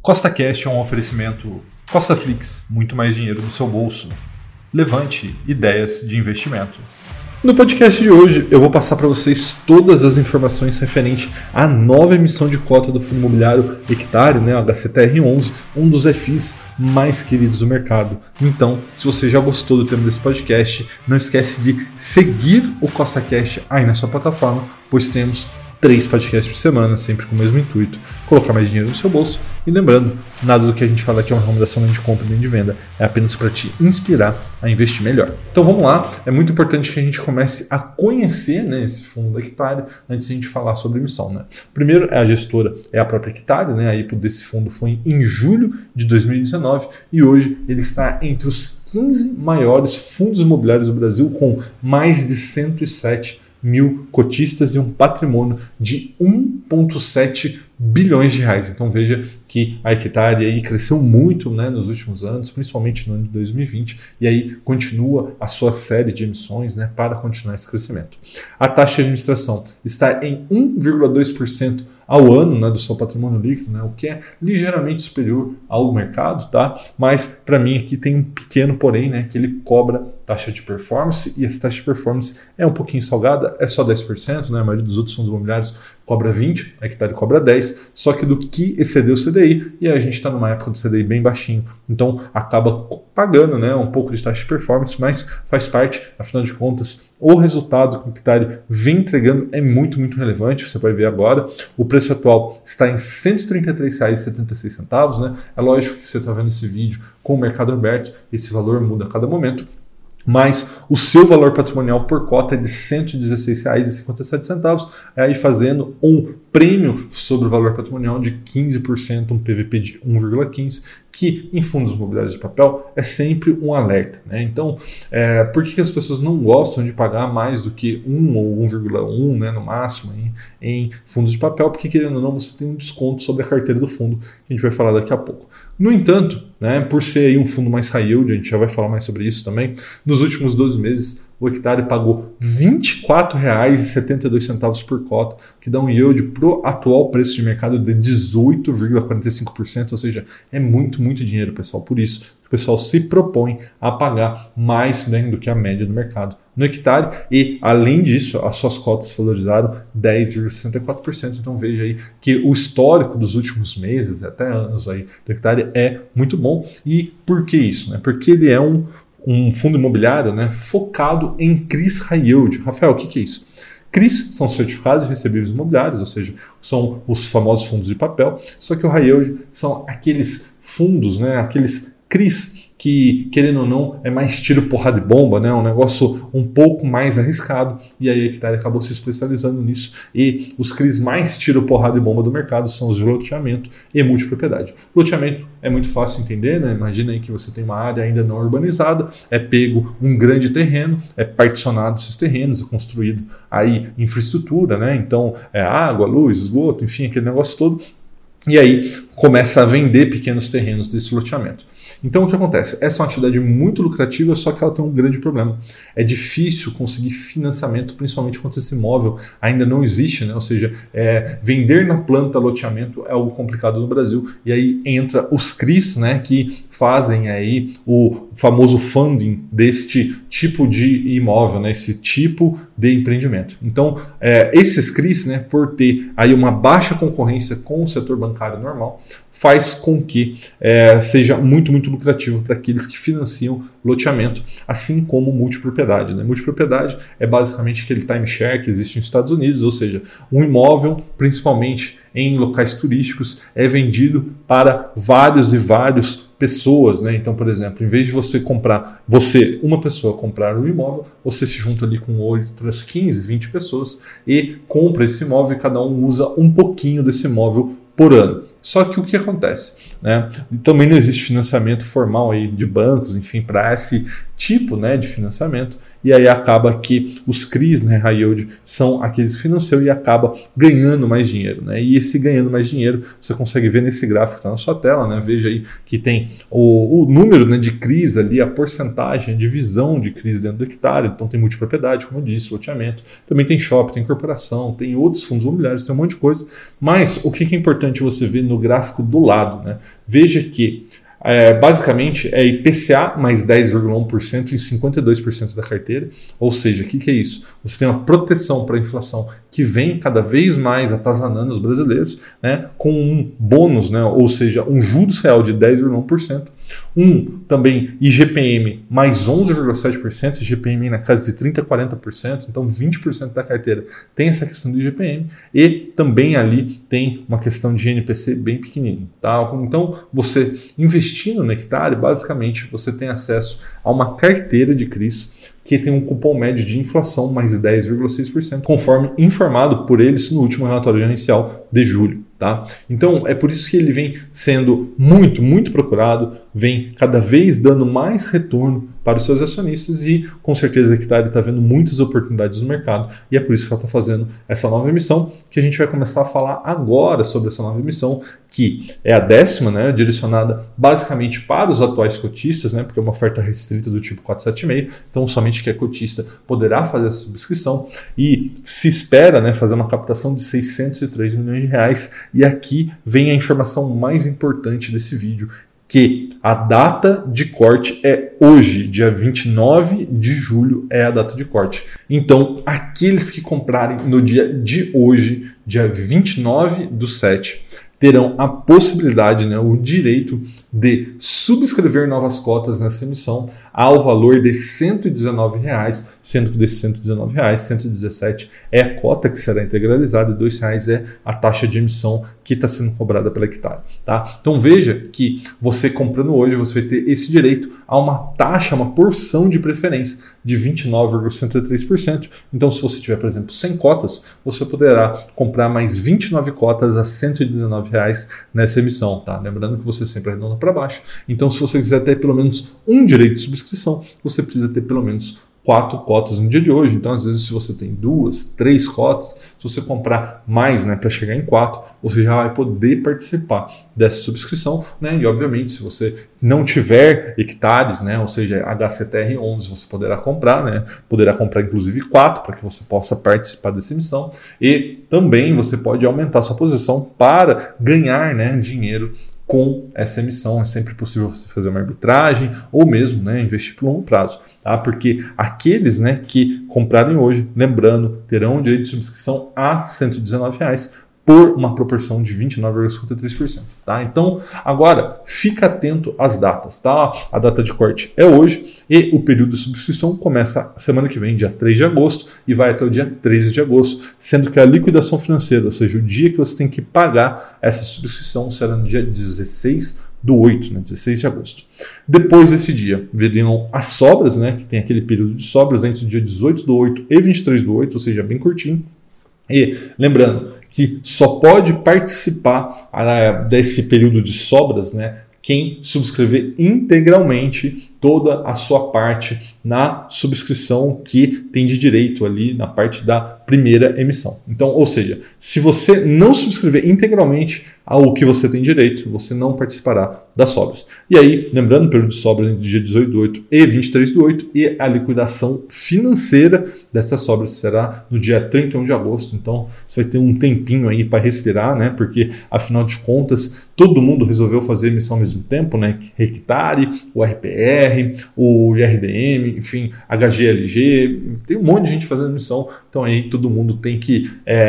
Costa Cash é um oferecimento Costaflix, muito mais dinheiro no seu bolso. Levante ideias de investimento. No podcast de hoje eu vou passar para vocês todas as informações referentes à nova emissão de cota do fundo imobiliário Hectare, o HCTR11, um dos FIs mais queridos do mercado. Então, se você já gostou do tema desse podcast, não esquece de seguir o Costa Cash aí na sua plataforma, pois temos 3 podcasts por semana, sempre com o mesmo intuito, colocar mais dinheiro no seu bolso. E lembrando, nada do que a gente fala aqui é uma recomendação nem de compra nem de venda, é apenas para te inspirar a investir melhor. Então vamos lá, é muito importante que a gente comece a conhecer, esse fundo da Hectare antes de a gente falar sobre emissão. Primeiro, a gestora é a própria Hectare, a IPO desse fundo foi em julho de 2019 e hoje ele está entre os 15 maiores fundos imobiliários do Brasil, com mais de 107 mil cotistas e um patrimônio de 1,7 bilhões de reais. Então veja que a Hectare aí cresceu muito nos últimos anos, principalmente no ano de 2020, e aí continua a sua série de emissões para continuar esse crescimento. A taxa de administração está em 1,2% ao ano do seu patrimônio líquido, o que é ligeiramente superior ao mercado, tá? Mas para mim aqui tem um pequeno porém, que ele cobra taxa de performance, e essa taxa de performance é um pouquinho salgada, é só 10%, a maioria dos outros fundos imobiliários cobra 20%, a Hectare cobra 10%, só que do que excedeu o CDI, e a gente está numa época do CDI bem baixinho, então acaba pagando um pouco de taxa de performance, mas faz parte, afinal de contas, o resultado que a Hectare vem entregando é muito, muito relevante, você vai ver agora, o preço atual está em R$ 133,76, É lógico que você está vendo esse vídeo com o mercado aberto, esse valor muda a cada momento, mas o seu valor patrimonial por cota é de R$ 116,57, aí fazendo um prêmio sobre o valor patrimonial de 15%, um PVP de 1,15%, que em fundos imobiliários de papel é sempre um alerta. Então, por que as pessoas não gostam de pagar mais do que 1 ou 1,1 no máximo em fundos de papel? Porque, querendo ou não, você tem um desconto sobre a carteira do fundo, que a gente vai falar daqui a pouco. No entanto, por ser aí um fundo mais high yield, a gente já vai falar mais sobre isso também, nos últimos 12 meses, o Hectare pagou R$ 24,72 por cota, que dá um yield para o atual preço de mercado de 18,45%, ou seja, é muito, muito dinheiro, pessoal. Por isso, o pessoal se propõe a pagar mais do que a média do mercado no Hectare, e além disso, as suas cotas valorizaram 10,64%. Então veja aí que o histórico dos últimos meses, até anos aí, do Hectare é muito bom. E por que isso? Porque ele é um fundo imobiliário focado em CRIs High Yield. Rafael, o que é isso? CRIs são certificados recebíveis imobiliários, ou seja, são os famosos fundos de papel, só que o High Yield são aqueles fundos, aqueles CRIs que, querendo ou não, é mais tiro, porrada e bomba, um negócio um pouco mais arriscado, e aí a Hectare acabou se especializando nisso, e os CRIs mais tiro, porrada e bomba do mercado são os de loteamento e multipropriedade. Loteamento é muito fácil de entender, Imagina aí que você tem uma área ainda não urbanizada, é pego um grande terreno, é particionado esses terrenos, é construído aí infraestrutura, Então é água, luz, esgoto, enfim, aquele negócio todo, e aí começa a vender pequenos terrenos desse loteamento. Então o que acontece? Essa é uma atividade muito lucrativa, só que ela tem um grande problema. É difícil conseguir financiamento, principalmente quando esse imóvel ainda não existe, Ou seja, vender na planta loteamento é algo complicado no Brasil. E aí entra os CRIs, que fazem aí o famoso funding deste tipo de imóvel, esse tipo de empreendimento. Então, esses CRIs, por ter aí uma baixa concorrência com o setor bancário normal, faz com que seja muito, muito lucrativo para aqueles que financiam loteamento, assim como multipropriedade. Multipropriedade é basicamente aquele timeshare que existe nos Estados Unidos, ou seja, um imóvel, principalmente em locais turísticos, é vendido para vários e vários pessoas, Então, por exemplo, em vez de uma pessoa comprar um imóvel, você se junta ali com outras 15, 20 pessoas e compra esse imóvel, e cada um usa um pouquinho desse imóvel por ano. Só que o que acontece? Também não existe financiamento formal aí de bancos, enfim, para esse tipo de financiamento. e aí acaba que os CRIs, né, high yield, são aqueles que financiam e acaba ganhando mais dinheiro, né? E esse ganhando mais dinheiro, você consegue ver nesse gráfico que está na sua tela, né? Veja aí que tem o número, né, de CRIs ali, a porcentagem, a divisão de CRIs dentro do hectare, então tem multipropriedade, como eu disse, loteamento, também tem shopping, tem corporação, tem outros fundos imobiliários, tem um monte de coisa, mas o que é importante você ver no gráfico do lado, né? Veja que basicamente é IPCA mais 10,1% em 52% da carteira, ou seja, o que é isso? Você tem uma proteção para a inflação que vem cada vez mais atazanando os brasileiros, né, com um bônus, né, ou seja, um juros real de 10,1%, também IGPM mais 11,7%, IGPM na casa de 30% a 40%, então 20% da carteira tem essa questão do IGPM, e também ali tem uma questão de INPC bem pequenininho. Tá? Então, você investindo no hectare, basicamente você tem acesso a uma carteira de CRIs que tem um cupom médio de inflação mais 10,6%, conforme informado por eles no último relatório gerencial de julho. Tá? Então, é por isso que ele vem sendo muito procurado, vem cada vez dando mais retorno para os seus acionistas e, com certeza, a Hectare está vendo muitas oportunidades no mercado e é por isso que ela está fazendo essa nova emissão, que a gente vai começar a falar agora sobre essa nova emissão, que é a 10ª, né, direcionada basicamente para os atuais cotistas, né, porque é uma oferta restrita do tipo 476, então somente quem é cotista poderá fazer essa subscrição e se espera, né, fazer uma captação de 603 milhões de reais. E aqui vem a informação mais importante desse vídeo, que a data de corte é hoje, dia 29 de julho é a data de corte. Então, aqueles que comprarem no dia de hoje, dia 29/7, terão a possibilidade, né, o direito de subscrever novas cotas nessa emissão ao valor de R$ 119,00, sendo que desses R$ 119,00, R$ 117 é a cota que será integralizada e R$ 2,00 é a taxa de emissão que está sendo cobrada pela Hectare. Tá? Então veja que você comprando hoje, você vai ter esse direito a uma taxa, uma porção de preferência de 29,63%. Então se você tiver, por exemplo, 100 cotas, você poderá comprar mais 29 cotas a R$ 119,00 nessa emissão. Tá? Lembrando que você sempre arredonda para baixo. Então se você quiser ter pelo menos um direito de subscrição, você precisa ter pelo menos 4 cotas no dia de hoje. Então, às vezes, se você tem 2, 3 cotas, se você comprar mais, né, para chegar em 4, você já vai poder participar dessa subscrição, né? E, obviamente, se você não tiver hectares, né, ou seja, HCTR11, você poderá comprar, né? Poderá comprar, inclusive, 4 para que você possa participar dessa emissão. E também você pode aumentar sua posição para ganhar, né, dinheiro com essa emissão. É sempre possível você fazer uma arbitragem ou mesmo, né, investir por longo prazo, tá? Porque aqueles, né, que comprarem hoje, lembrando, terão o direito de subscrição a R$ 119,00 por uma proporção de 29,53%, tá? Então, agora, fica atento às datas, tá? A data de corte é hoje e o período de subscrição começa semana que vem, dia 3 de agosto, e vai até o dia 13 de agosto, sendo que a liquidação financeira, ou seja, o dia que você tem que pagar essa subscrição, será no dia 16/8, né, 16 de agosto. Depois desse dia, veriam as sobras, né, que tem aquele período de sobras entre o dia 18/8 e 23/8, ou seja, bem curtinho. E lembrando que só pode participar desse período de sobras, né, quem subscrever integralmente toda a sua parte na subscrição que tem de direito ali na parte da primeira emissão. Então, ou seja, se você não subscrever integralmente ao que você tem direito, você não participará das sobras. E aí, lembrando, o período de sobras entre o dia 18/8 e 23/8 e a liquidação financeira dessas sobras será no dia 31 de agosto. Então, você vai ter um tempinho aí para respirar, né? Porque, afinal de contas, todo mundo resolveu fazer emissão ao mesmo tempo, né? Hectare, o RPR, o IRDM, enfim, HGLG, tem um monte de gente fazendo emissão, então aí todo mundo tem que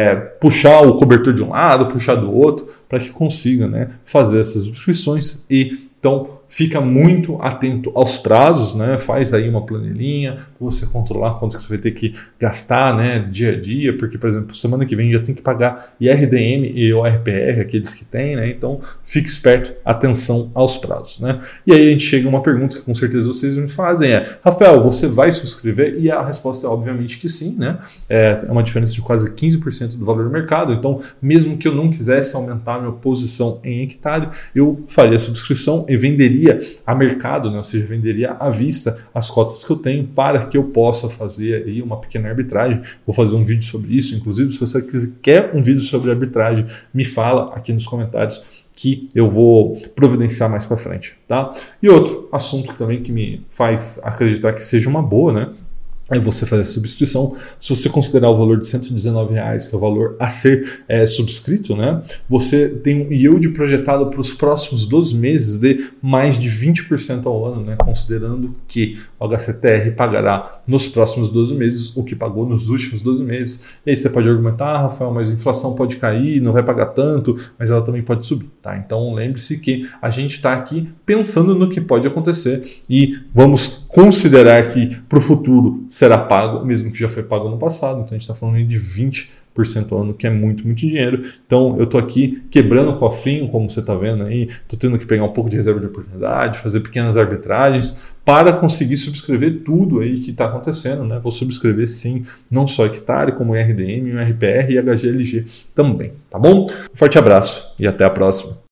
puxar o cobertor de um lado, puxar do outro, para que consiga, né, fazer essas subscrições. E então fica muito atento aos prazos, né? Faz aí uma planilhinha para você controlar quanto que você vai ter que gastar, né, dia a dia, porque, por exemplo, semana que vem já tem que pagar IRDM e o RPR, aqueles que tem, né? Então fique esperto, atenção aos prazos, né? E aí a gente chega a uma pergunta que com certeza vocês me fazem, Rafael, você vai subscrever? E a resposta é obviamente que sim, né? É uma diferença de quase 15% do valor do mercado, então mesmo que eu não quisesse aumentar a minha posição em hectare, eu faria a subscrição eu venderia a mercado, né? Ou seja, venderia à vista as cotas que eu tenho para que eu possa fazer aí uma pequena arbitragem. Vou fazer um vídeo sobre isso, inclusive se você quer um vídeo sobre arbitragem, me fala aqui nos comentários que eu vou providenciar mais para frente, tá? E outro assunto também que me faz acreditar que seja uma boa, né? É você fazer a subscrição. Se você considerar o valor de R$119, que é o valor a ser subscrito, né? Você tem um yield projetado para os próximos 12 meses de mais de 20% ao ano, né? Considerando que o HCTR pagará nos próximos 12 meses o que pagou nos últimos 12 meses. E aí você pode argumentar, Rafael, mas a inflação pode cair, não vai pagar tanto, mas ela também pode subir, tá? Então lembre-se que a gente está aqui pensando no que pode acontecer e vamos considerar que para o futuro será pago, mesmo que já foi pago no passado. Então a gente está falando de 20% ao ano, que é muito, muito dinheiro. Então eu estou aqui quebrando o cofrinho, como você está vendo aí, estou tendo que pegar um pouco de reserva de oportunidade, fazer pequenas arbitragens para conseguir subscrever tudo aí que está acontecendo, né? Vou subscrever sim, não só hectare, como RDM, RPR e HGLG também, tá bom? Um forte abraço e até a próxima.